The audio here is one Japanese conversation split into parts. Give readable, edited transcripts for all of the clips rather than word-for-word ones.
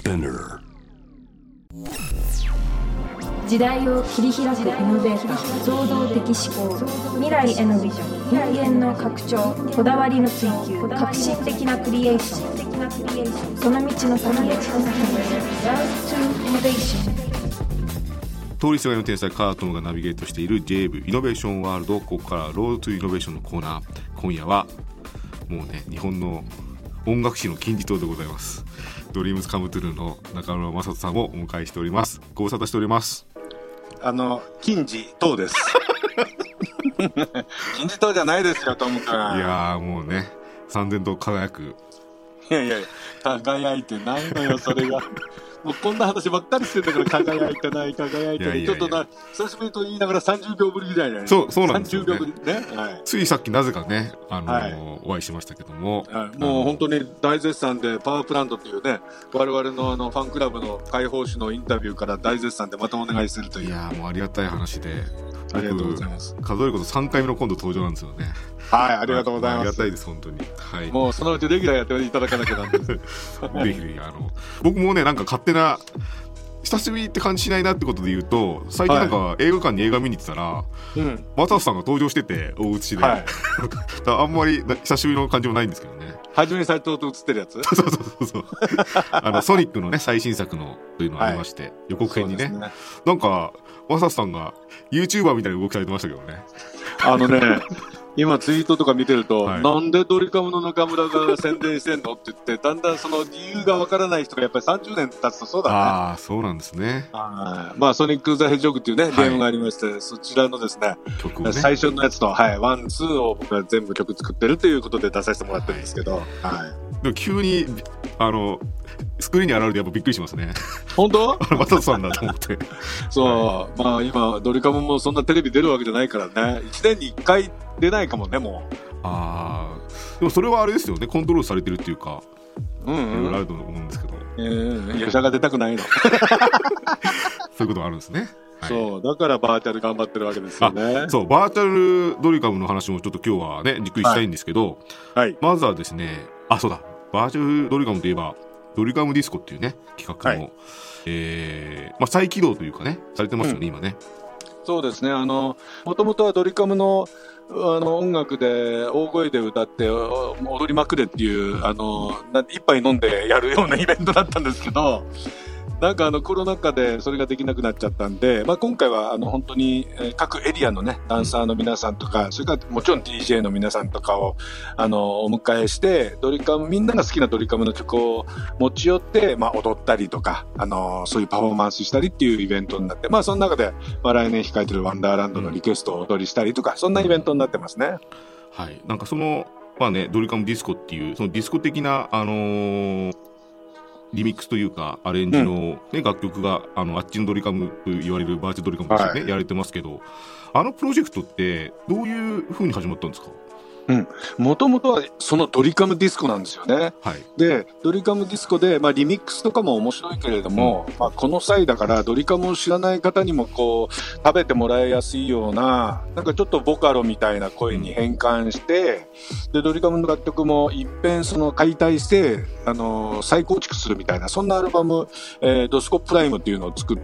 Spinner。 時代を切り開くイノベーター、創造的思考、未来へのビジョン、人間の拡張、こだわりの追求、革新的なクリエーション、その道の先へ。 Road to Innovation。 通りすがりの天才カートンがナビゲートしている J-Wave イノベーションワールド。ここからロードトゥイノベーションのコーナー。今夜はもうね、日本の音楽史の金字塔でございます。ドリームズカムトゥルーの中村雅人さんをお迎えしております。ご無沙汰しております。 金字塔です。金字塔じゃないですよ、トム君。いやーもうね、三千と輝く。 いや輝いてないのよ、それが。もうこんな話ばっかりしてるんだから、輝いてないちょっと久しぶりと言いながら30秒ぶりぐらいじゃないですか。 そうなんですよね。 30秒ぶりね、はい、ついさっきなぜかね、お会いしましたけども、 もう本当に大絶賛で、パワープラントというね、我々のファンクラブの開放誌のインタビューから大絶賛でまたお願いするという。 いやもうありがたい話で、 ありがとうございます。 数えること3回目の今度登場なんですよね。 はい、ありがとうございます。 ありがたいです本当に。はい。 もうそのうちレギュラーやっていただかなきゃなんです。ぜひ僕もね、なんか勝手な久しぶりって感じしないなってことで言うと、最近なんか映画館に映画見に行ってたら、マサさんが登場してて、大写しで、あんまり久しぶりの感じもないんですけどね。 初めに斎藤と映ってるやつ。 そうソニックのね最新作のというのがありまして、予告編にね、なんかマサさんが YouTuber みたいな動きされてましたけどね。 今ツイートとか見てると、なんでドリカムの中村が宣伝してんのって言って、だんだんその理由がわからない人がやっぱり30年経つとそうだね。 ああ、そうなんですね。 ソニック・ザ・ヘッジホッグっていうね、ゲームがありまして、そちらのですね、曲をね、最初のやつと、ワン、ツーを僕は全部曲作ってるということで出させてもらってるんですけど、 でも急にスクリーンに現れてやっぱびっくりしますね。 本当？ マサさんだと思って。 そう、今ドリカムもそんなテレビ出るわけじゃないからね、1年に1回出ないかもね、もう。 でもそれはあれですよね、コントロールされてるっていうか、いろいろあると思うんですけど。 ヤシャが出たくないの。 そういうことがあるんですね。 そうだからバーチャル頑張ってるわけですよね。 そう、バーチャルドリカムの話もちょっと今日はねじっくりしたいんですけど、まずはですね、そうだ、バーチャルドリカムといえばドリカムディスコっていうね企画の、再起動というかねされてますよね、今ね。 そうですね、もともとはドリカムの音楽で大声で歌って踊りまくれっていう一杯飲んでやるようなイベントだったんですけど、なんかコロナ禍でそれができなくなっちゃったんで、今回は本当に各エリアのねダンサーの皆さんとか、それからもちろん DJ の皆さんとかをお迎えして、みんなが好きなドリカムの曲を持ち寄って、踊ったりとかそういうパフォーマンスしたりっていうイベントになって、その中で、来年控えてるワンダーランドのリクエストを踊りしたりとか、そんなイベントになってますね。 はい、なんかそのドリカムディスコっていうそのディスコ的なリミックスというかアレンジの、楽曲があっちのドリカムと言われるバーチャルドリカムですよね、やられてますけど、プロジェクトってどういう風に始まったんですか？ もともとはそのドリカムディスコなんですよね。でドリカムディスコで、リミックスとかも面白いけれども、この際だからドリカムを知らない方にもこう食べてもらいやすいような、なんかちょっとボカロみたいな声に変換して、でドリカムの楽曲も一遍その解体して再構築するみたいな、そんなアルバム、ドスコプライムっていうのを作って、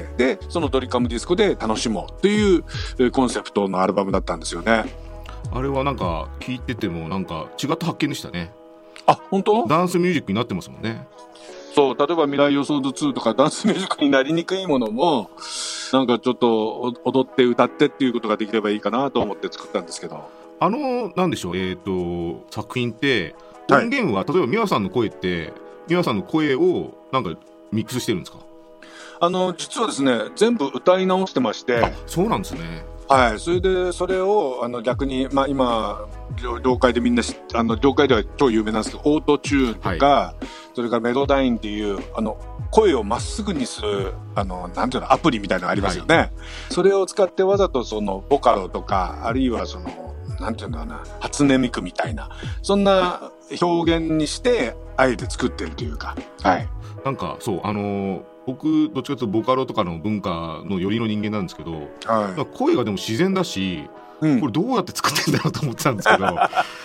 でそのドリカムディスコで楽しもうっていうコンセプトのアルバムだったんですよね。 あれはなんか聞いててもなんか違った発見でしたね。 本当？ ダンスミュージックになってますもんね。 そう、例えば未来予想図2とかダンスミュージックになりにくいものもなんかちょっと踊って歌ってっていうことができればいいかなと思って作ったんですけど、 なんでしょう、作品って音源は、例えば美和さんの声って美和さんの声をなんかミックスしてるんですか？ 実はですね、全部歌い直してまして。 そうなんですね。 それでそれを逆に、今業界でみんな業界では超有名なんですけど、オートチューンとか、それからメロダインっていう声をまっすぐにするなんていうのアプリみたいなのがありますよね。それを使ってわざとそのボカロとか、あるいはそのなんていうのかな、初音ミクみたいな、そんな表現にしてあえて作ってるというか。 なんかそう僕どっちかというとボカロとかの文化の寄りの人間なんですけど、声がでも自然だし、これどうやって作ってんだろうと思ってたんですけど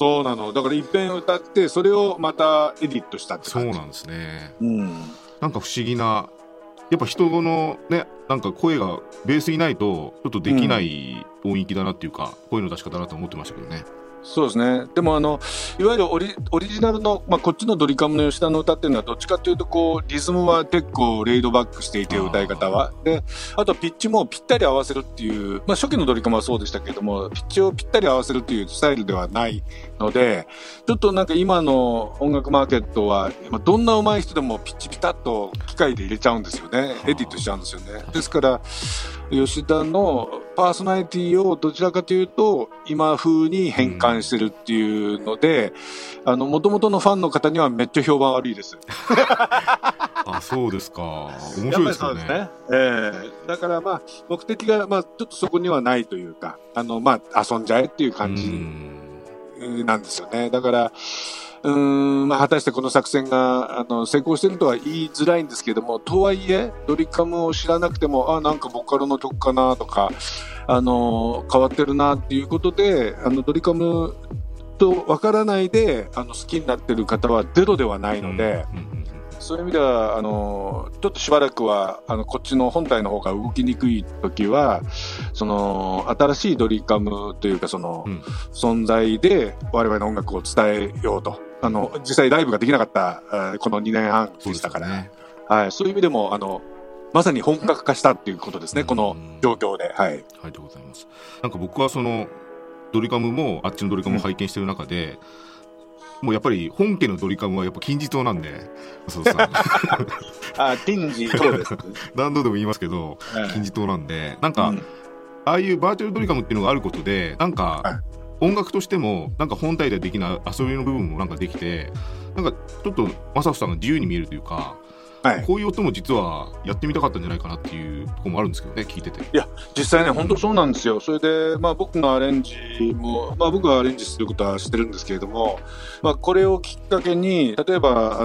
そうなの。だから一遍歌ってそれをまたエディットしたって感じ。 そうなんですね、 なんか不思議な、やっぱ人のね、なんか声がベースにないとちょっとできない音域だなっていうか、声の出し方だなと思ってましたけどね。 そうですね。でもいわゆるオリジナルの、こっちのドリカムの吉田の歌っていうのはどっちかというとこうリズムは結構レイドバックしていて、歌い方はで、あとピッチもぴったり合わせるっていう、初期のドリカムはそうでしたけども、ピッチをぴったり合わせるっていうスタイルではないので、ちょっとなんか今の音楽マーケットはどんな上手い人でもピッチピタッと機械で入れちゃうんですよね。エディットしちゃうんですよね。ですから吉田のパーソナリティをどちらかというと今風に変換してるっていうので、元々のファンの方にはめっちゃ評判悪いです。 あ、そうですか。面白いですよね。 だから目的がちょっとそこにはないというか、遊んじゃえっていう感じなんですよね。だから果たしてこの作戦が成功しているとは言いづらいんですけども、とはいえドリカムを知らなくてもなんかボカロの曲かなとか変わってるなっていうことでドリカムとわからないで好きになってる方はゼロではないので、そういう意味ではちょっとしばらくはこっちの本体の方が動きにくい時は新しいドリカムというか存在で我々の音楽を伝えようと、実際ライブができなかったこの2年半でしたから、そういう意味でもまさに本格化したっていうことですね、この状況で。はい、ありがとうございます。なんか僕はドリカムもあっちのドリカムを拝見している中で、もうやっぱり本家のドリカムはやっぱ金字塔なんで、そうさん金字塔です、 何度でも言いますけど、金字塔なんで、なんか、ああいうバーチャルドリカムっていうのがあることで、なんか、音楽としてもなんか本体ではできない遊びの部分もなんかできて、なんかちょっとマサフさんが自由に見えるというか、こういう音も実はやってみたかったんじゃないかなっていうところもあるんですけどね、聞いてて。 いや実際ね、本当そうなんですよ。それで僕のアレンジも、僕がアレンジすることはしてるんですけれども、これをきっかけに例えば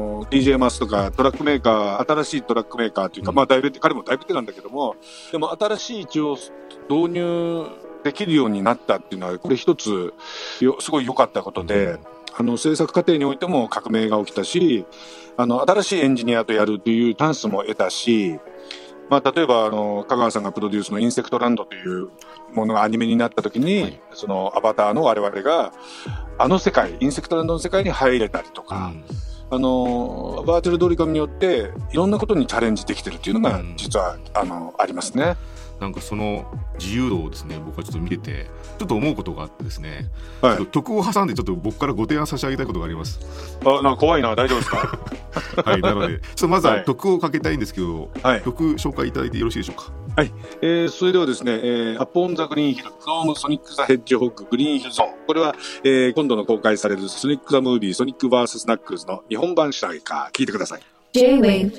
DJ マスとかトラックメーカー、新しいトラックメーカーというか、彼も大ベテランだけども、でも新しい位置を導入できるようになったっていうのは、これ一つすごい良かったことで、制作過程においても革命が起きたし、新しいエンジニアとやるというチャンスも得たし、例えば香川さんがプロデュースのインセクトランドというものがアニメになった時に、そのアバターの我々が世界、インセクトランドの世界に入れたりとか、バーチャルドリカムによっていろんなことにチャレンジできてるっていうのが実はありますね。 なんかその自由度をですね、僕はちょっと見ててちょっと思うことがあってですね、曲を挟んでちょっと僕からご提案差し上げたいことがあります。 なんか怖いな、大丈夫ですかはい、なのでちょっとまずは曲をかけたいんですけど、曲紹介いただいてよろしいでしょうか。 はい、それではですね、アポンザグリーンヒルフロームソニックザヘッジホッググリーンヒルゾーン、これは、今度の公開されるソニックザムービーソニック VS ナックルズの日本版主題歌、聴いてください。 J-Wave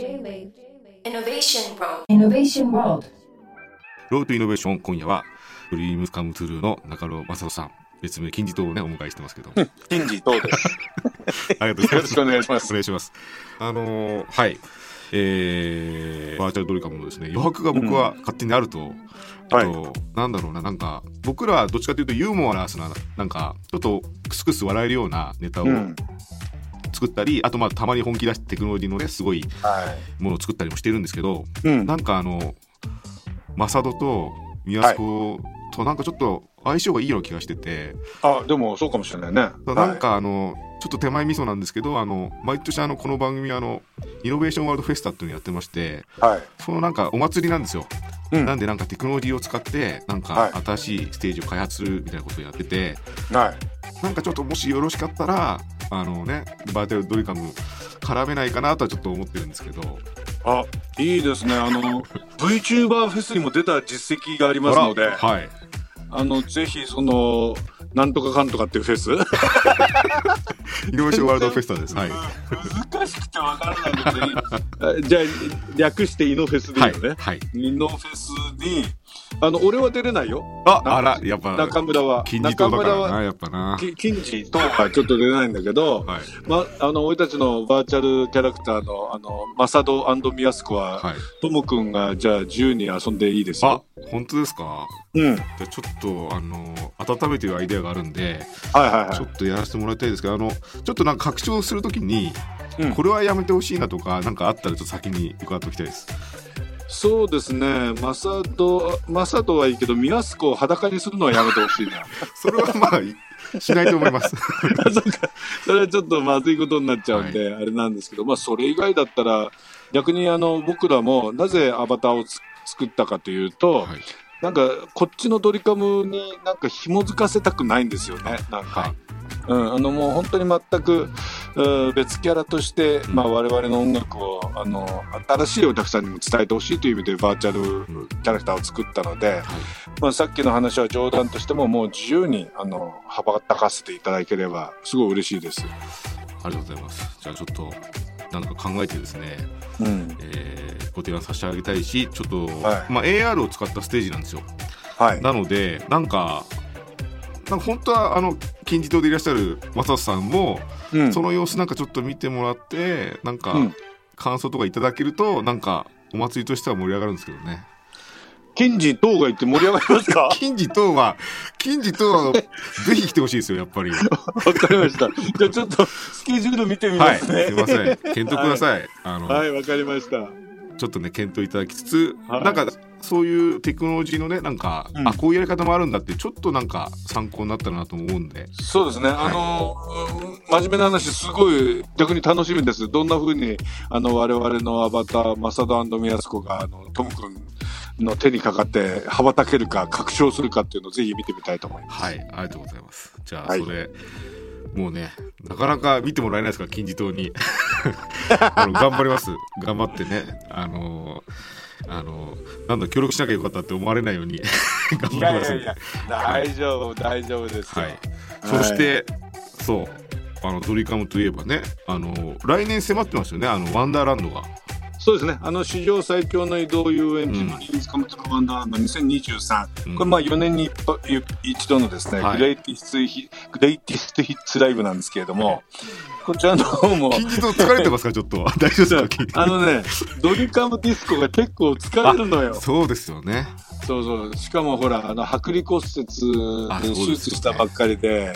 Innovation World ロートイノベーション、今夜はドリームカムトゥルーの中野正人さん、別名金字塔をねお迎えしてますけど、 金字塔ですありがとうございます。 よろしくお願いします。 お願いします。はい、バーチャルドリカムのですね、余白が僕は勝手にあると、なんだろうな、なんか僕らはどっちかというとユーモラスな、なんかちょっとクスクス笑えるようなネタを作ったり、あとたまに本気出してテクノロジーのねすごいものを作ったりもしてるんですけど、なんかマサドと宮須となんかちょっと相性がいいような気がしてて、 でもそうかもしれないね。 なんかちょっと手前味噌なんですけど、毎年この番組イノベーションワールドフェスタっていうのをやってまして、そのなんかお祭りなんですよ。なんでなんかテクノロジーを使ってなんか新しいステージを開発するみたいなことをやってて、なんかちょっともしよろしかったらバーチャルドリカム絡めないかなとはちょっと思ってるんですけど。 いいですね。VTuber フェスにも出た実績がありますので、ぜひなんとかかんとかっていうフェスイノベーションワールドフェスタです。難しくて分からないのでじゃあ略してイノフェスでいいよね。イノフェスに俺は出れないよ。 あら、やっぱ中村は金字塔だからな、やっぱな。 金字塔はちょっと出ないんだけど、 はい、 俺たちのバーチャルキャラクターのマサド&ミヤスコは、 はい、 ともくんがじゃあ自由に遊んでいいですよ。 あ、本当ですか？ うん。 じゃあちょっと温めてるアイデアがあるんで、 はいはいはい、 ちょっとやらせてもらいたいですけど、ちょっとなんか拡張するときに、これはやめてほしいなとかなんかあったらちょっと先に伺っておきたいです。 そうですね、マサドはいいけど、ミヤスコを裸にするのはやめてほしいな。 それはまあしないと思いますそれはちょっとまずいことになっちゃうんで、はい、あれなんですけど、それ以外だったら逆に僕らもなぜアバターを作ったかというと、はい、なんかこっちのドリカムになんか紐づかせたくないんですよね。なんか、はい、もう本当に全く別キャラとして、我々の音楽を新しいお客さんにも伝えてほしいという意味でバーチャルキャラクターを作ったので、さっきの話は冗談としてももう自由に羽ばたかせていただければすごい嬉しいです。 ありがとうございます。じゃあちょっとなんか考えてですね、ご提案させてあげたいし、ちょっと、はい、AR を使ったステージなんですよ。はい、なのでなんか本当は金字塔でいらっしゃる松尾さんも、その様子なんかちょっと見てもらってなんか感想とかいただけるとなんかお祭りとしては盛り上がるんですけどね。 金字塔が行って盛り上がりますか？ 金字塔はぜひ来てほしいですよ、やっぱり。わかりました。じゃあちょっとスケジュール見てみますね。 はい、すいません、検討ください。 はい、わかりました。 ちょっとね検討いただきつつ、なんかそういうテクノロジーのねなんか、こういうやり方もあるんだってちょっとなんか参考になったらなと思うんで。そうですね、 真面目な話すごい逆に楽しみです。どんな風に我々のアバターマサド&ミヤスコがトム君の手にかかって羽ばたけるか拡張するかっていうのをぜひ見てみたいと思います。 はい、ありがとうございます。じゃあそれ、もうねなかなか見てもらえないですから金字塔に頑張ります。頑張ってねなんだ協力しなきゃよかったって思われないように頑張ります。いや大丈夫ですよ。 はい、そして、そうドリカムといえばね来年迫ってますよね、ワンダーランドが。 そうですね、史上最強の移動遊園地のリリースカムトゥワンダーランド2023、これ4年に一度のですね、グレイティストヒッツライブなんですけれども、こちらの方も金字塔疲れてますか？ちょっと大丈夫ですか？ ドリカムディスコが結構疲れるのよ。 そうですよね。 そうしかもほら剥離骨折で手術したばっかりで、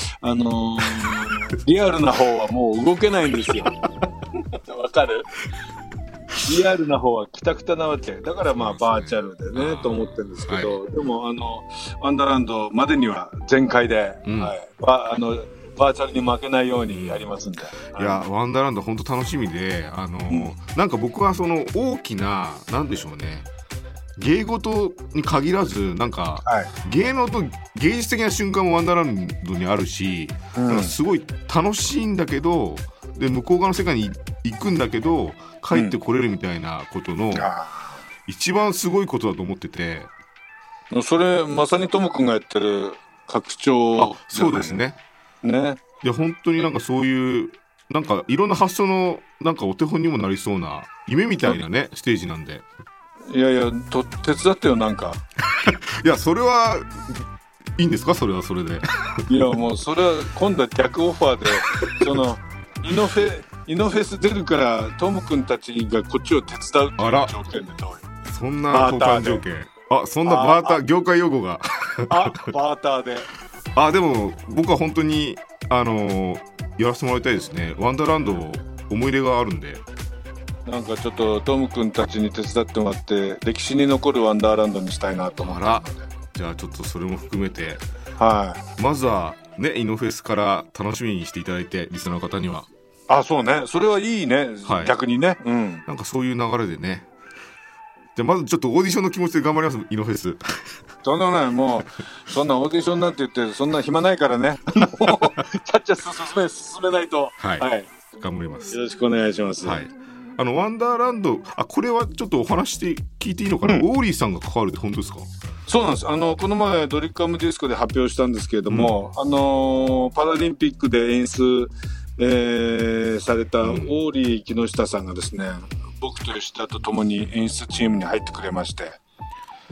リアルな方はもう動けないんですよ。わかる？リアルな方はクタクタなわけだからバーチャルでねと思ってるんですけど、でもワンダーランドまでには全開で、バーチャルに負けないようにやりますんで、 いやワンダーランド本当楽しみでなんか僕はその大きななんでしょうね、芸事に限らずなんか、芸能と芸術的な瞬間もワンダーランドにあるし、なんかすごい楽しいんだけどで向こう側の世界に行くんだけど帰ってこれるみたいなことの、一番すごいことだと思ってて、 それまさにともくんがやってる拡張。 そうですね。いや本当になんかそういうなんかいろんな発想のなんかお手本にもなりそうな夢みたいなねステージなんで。 いや手伝ってよなんか。 いやそれはいいんですか？それはそれで。 いやもうそれは今度は逆オファーでそのイノフェス出るからトム君たちがこっちを手伝うっていう条件でどうよ。 そんな交換条件。そんなバーター業界用語が。 バーターで。 でも僕は本当にやらせてもらいたいですね。ワンダーランド思い入れがあるんで。 なんかちょっとトム君たちに手伝ってもらって歴史に残るワンダーランドにしたいなと思ってるので。 じゃあちょっとそれも含めて、 まずはねイノフェスから楽しみにしていただいてリスナーの方には。 そうね、それはいいね、逆にね、 なんかそういう流れでね。じゃあまずちょっとオーディションの気持ちで頑張ります。イノフェス。 そんなない、もうそんなオーディションなんて言ってそんな暇ないからね。ちゃっちゃ進めないと。 頑張ります。 よろしくお願いします。 ワンダーランド、これはちょっとお話して聞いていいのかな、オーリーさんが関わるって本当ですか？ そうなんです。この前ドリカムディスコで発表したんですけれども、パラリンピックで演出、されたオーリー木下さんがですね、僕と吉田と共に演出チームに入ってくれまして、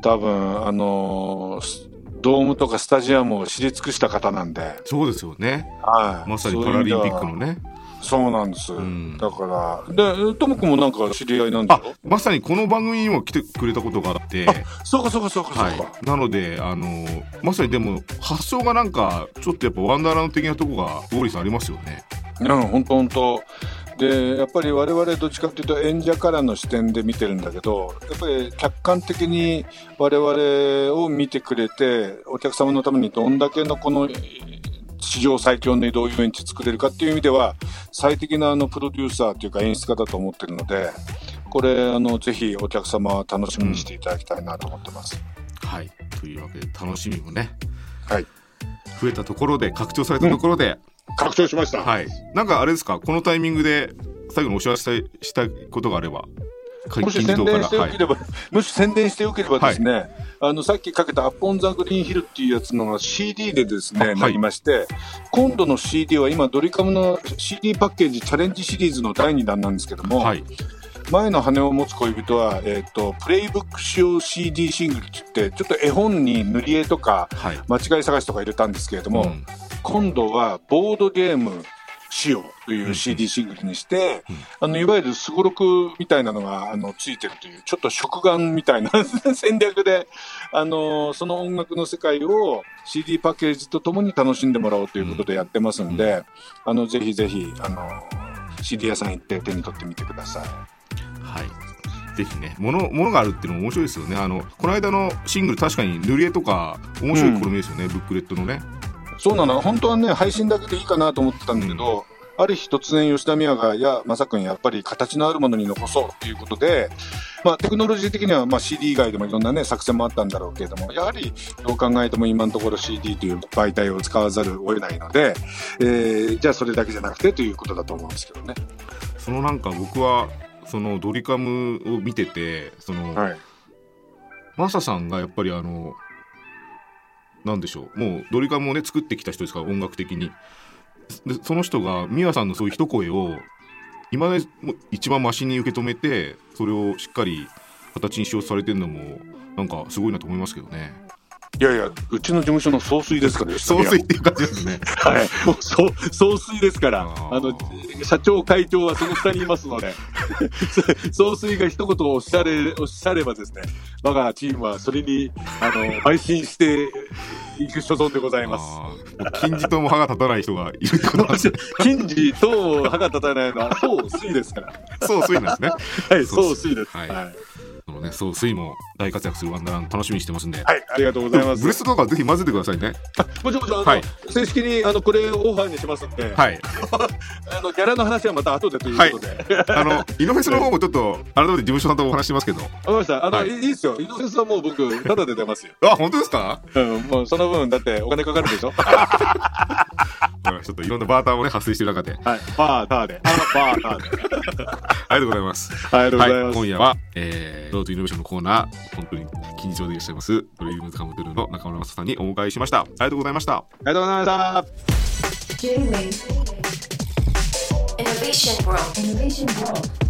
多分ドームとかスタジアムを知り尽くした方なんで。 そうですよね、 はい、 まさにパラリンピックのね。 そうなんです、だからでともくんもなんか知り合いなんでしょ。 まさにこの番組にも来てくれたことがあって。 そうか、はい、 なのでまさにでも発想がなんかちょっとやっぱワンダーランド的なとこがウォーリーさんありますよね。 本当で、やっぱり我々どっちかっていうと演者からの視点で見てるんだけど、やっぱり客観的に我々を見てくれて、お客様のためにどんだけのこの史上最強の移動遊園地作れるかっていう意味では最適なプロデューサーというか演出家だと思ってるので、これぜひお客様は楽しみにしていただきたいなと思ってます、 はい、というわけで楽しみもね、 はい、 増えたところで拡張されたところで、 拡張しました。 はい、なんかあれですか、このタイミングで最後にお知らせしたいことがあれば。 もし宣伝してよければ、ですね、さっきかけたアップオンザグリーンヒルっていうやつのが CD でですね、なりまして、今度の CD は今ドリカムの CD パッケージチャレンジシリーズの第2弾なんですけども、前の羽を持つ恋人は、プレイブック仕様 CD シングルって言って、ちょっと絵本に塗り絵とか、間違い探しとか入れたんですけれども、今度はボードゲーム仕様という CD シングルにして、いわゆるスゴロクみたいなのがついてるという、ちょっと食玩みたいな戦略で、その音楽の世界を CD パッケージとともに楽しんでもらおうということでやってますんで、ぜひぜひCD 屋さん行って手に取ってみてください。 はい、ぜひね、ものがあるっていうのも面白いですよね。この間のシングル確かに塗り絵とか面白い試みですよね、ブックレットのね。そうなの、 本当はね配信だけでいいかなと思ってたんだけど、ある日突然吉田美和が、いやまさくんやっぱり形のあるものに残そうということで、テクノロジー的にはCD 以外でもいろんなね作戦もあったんだろうけれども、やはりどう考えても今のところ CD という媒体を使わざるを得ないので、じゃあそれだけじゃなくてということだと思うんですけどね。 なんか僕はそのドリカムを見てて、マサさんがやっぱりなんでしょう、もうドリカムをね作ってきた人ですから、音楽的に。でその人がミワさんのそういう一声を今まで一番マシに受け止めて、それをしっかり形にしようとされてるのもなんかすごいなと思いますけどね。 いやいや、うちの事務所の総帥ですから。 総帥っていう感じですね。 はい、もう総帥ですから、社長会長はその下にいますので総帥が一言おっしゃればですね、我がチームはそれに邁進していく所存でございます。 金字とも歯が立たない人がいるってことなんですね。 金字と歯が立たないのは総帥ですから。 総帥なんですね。 はい、総帥です。 はい。総帥も大活躍するワンダーランド楽しみにしてますんで。 はい、ありがとうございます。 ブレストとかぜひ混ぜてくださいね。 もちろん正式にこれをオファーにしますんで、はい、ギャラの話はまた後でということで、 イノフェスの方もちょっと改めて事務所さんとお話しますけど。わかりました。いいですよ。イノフェスはもう僕タダで出ますよ。 本当ですか？ もうその分だってお金かかるでしょ。 ちょっといろんなバーターもね発生してる中で、 はい、バーターでありがとうございます。 ありがとうございます。 今夜はロードイノベーションのコーナー、本当に緊張でいらっしゃいますドリームズカムトゥルーの中村雅さんにお迎えしました。ありがとうございました。 ありがとうございました。 J-Wave Innovation World